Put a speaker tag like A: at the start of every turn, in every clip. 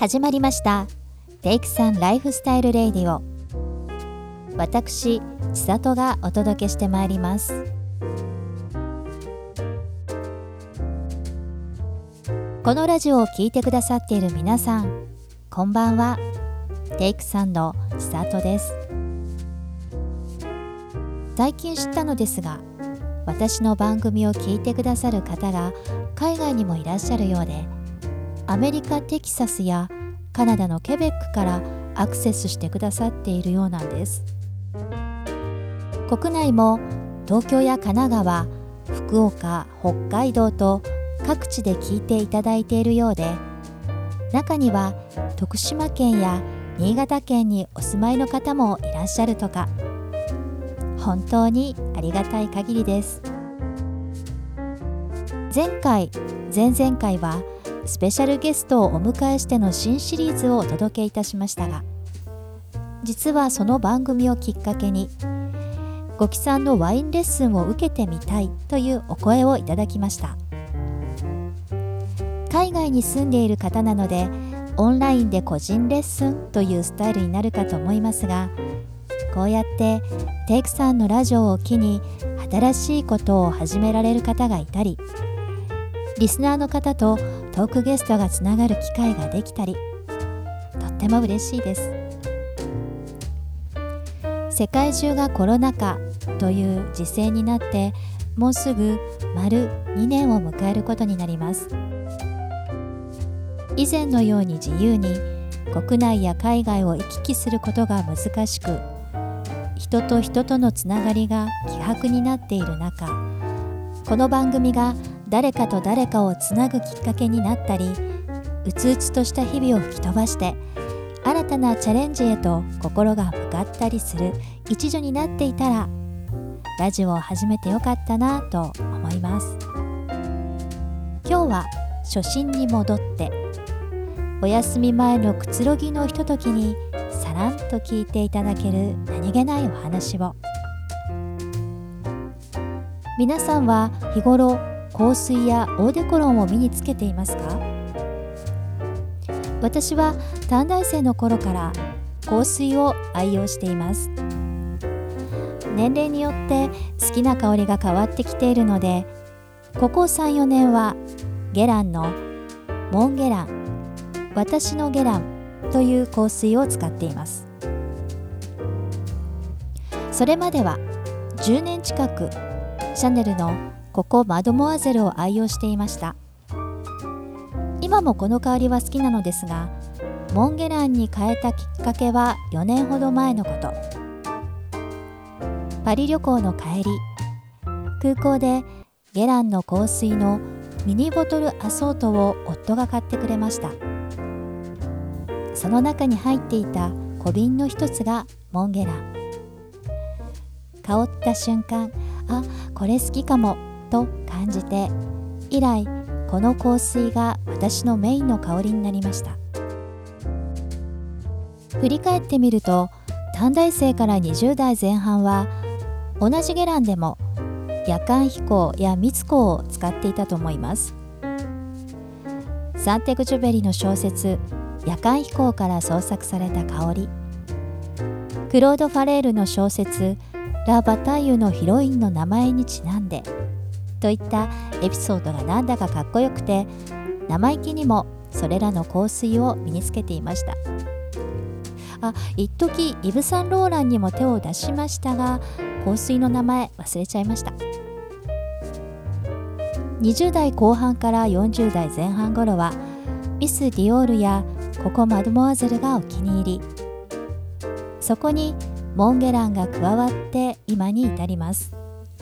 A: 始まりましたテイクさんライフスタイルレイディオ。私千里がお届けしてまいります。このラジオを聞いてくださっている皆さん、こんばんは。テイクさんの千里です。最近知ったのですが、私の番組を聞いてくださる方が海外にもいらっしゃるようで、アメリカテキサスやカナダのケベックからアクセスしてくださっているようなんです。国内も東京や神奈川、福岡、北海道と各地で聞いていただいているようで、中には徳島県や新潟県にお住まいの方もいらっしゃるとか、本当にありがたい限りです。前回、前々回はスペシャルゲストをお迎えしての新シリーズをお届けいたしましたが、実はその番組をきっかけに五木さんのワインレッスンを受けてみたいというお声をいただきました。海外に住んでいる方なので、オンラインで個人レッスンというスタイルになるかと思いますが、こうやってテイクさんのラジオを機に新しいことを始められる方がいたり、リスナーの方とトークゲストがつながる機会ができたり、とっても嬉しいです。世界中がコロナ禍という時勢になって、もうすぐ丸2年を迎えることになります。以前のように自由に国内や海外を行き来することが難しく、人と人とのつながりが希薄になっている中、この番組が誰かと誰かをつなぐきっかけになったり、うつうつとした日々を吹き飛ばして新たなチャレンジへと心が向かったりする一助になっていたら、ラジオを始めてよかったなと思います。今日は初心に戻って、お休み前のくつろぎのひとときにさらんと聞いていただける何気ないお話を。皆さんは日頃香水やオーデコロンを身につけていますか？私は短大生の頃から香水を愛用しています。年齢によって好きな香りが変わってきているので、ここ 3,4 年はゲランのモンゲラン、私のゲランという香水を使っています。それまでは10年近くシャネルのココマドモアゼルを愛用していました。今もこの香りは好きなのですが、モンゲランに変えたきっかけは4年ほど前のこと。パリ旅行の帰り、空港でゲランの香水のミニボトルアソートを夫が買ってくれました。その中に入っていた小瓶の一つがモンゲラン。香った瞬間、あ、これ好きかもと感じて、以来この香水が私のメインの香りになりました。振り返ってみると、短大生から20代前半は同じゲランでも夜間飛行や密航を使っていたと思います。サンテグジュベリの小説夜間飛行から創作された香り、クロード・ファレールの小説ラ・バタイユのヒロインの名前にちなんでといったエピソードがなんだかかっこよくて、生意気にもそれらの香水を身につけていました。一時イヴ・サンローランにも手を出しましたが、香水の名前忘れちゃいました。20代後半から40代前半頃はミス・ディオールやココ・マドモアゼルがお気に入り、そこにモンゲランが加わって今に至ります。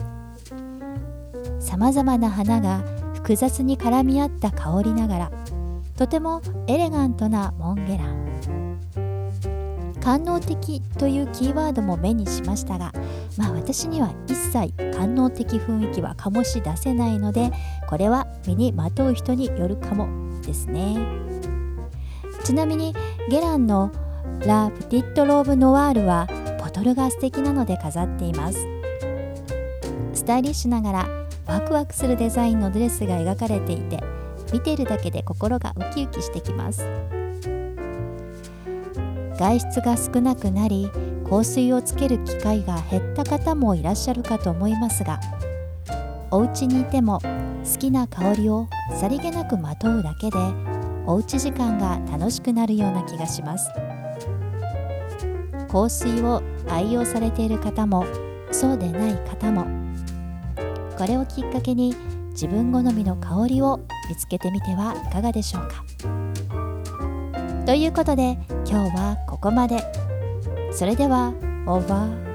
A: さまざまな花が複雑に絡み合った香りながら、とてもエレガントなモンゲラン。官能的というキーワードも目にしましたが、私には一切官能的雰囲気は醸し出せないので、これは身にまとう人によるかもですね。ちなみにゲランのラ・プティット・ローブ・ノワールはボトルが素敵なので飾っています。スタイリッシュながらワクワクするデザインのドレスが描かれていて、見ているだけで心がウキウキしてきます。 外出が少なくなり、香水をつける機会が減った方もいらっしゃるかと思いますが、お家にいても好きな香りをさりげなくまとうだけで、おうち時間が楽しくなるような気がします。香水を愛用されている方もそうでない方も、これをきっかけに自分好みの香りを見つけてみてはいかがでしょうか。ということで今日はここまで。それではオーバー。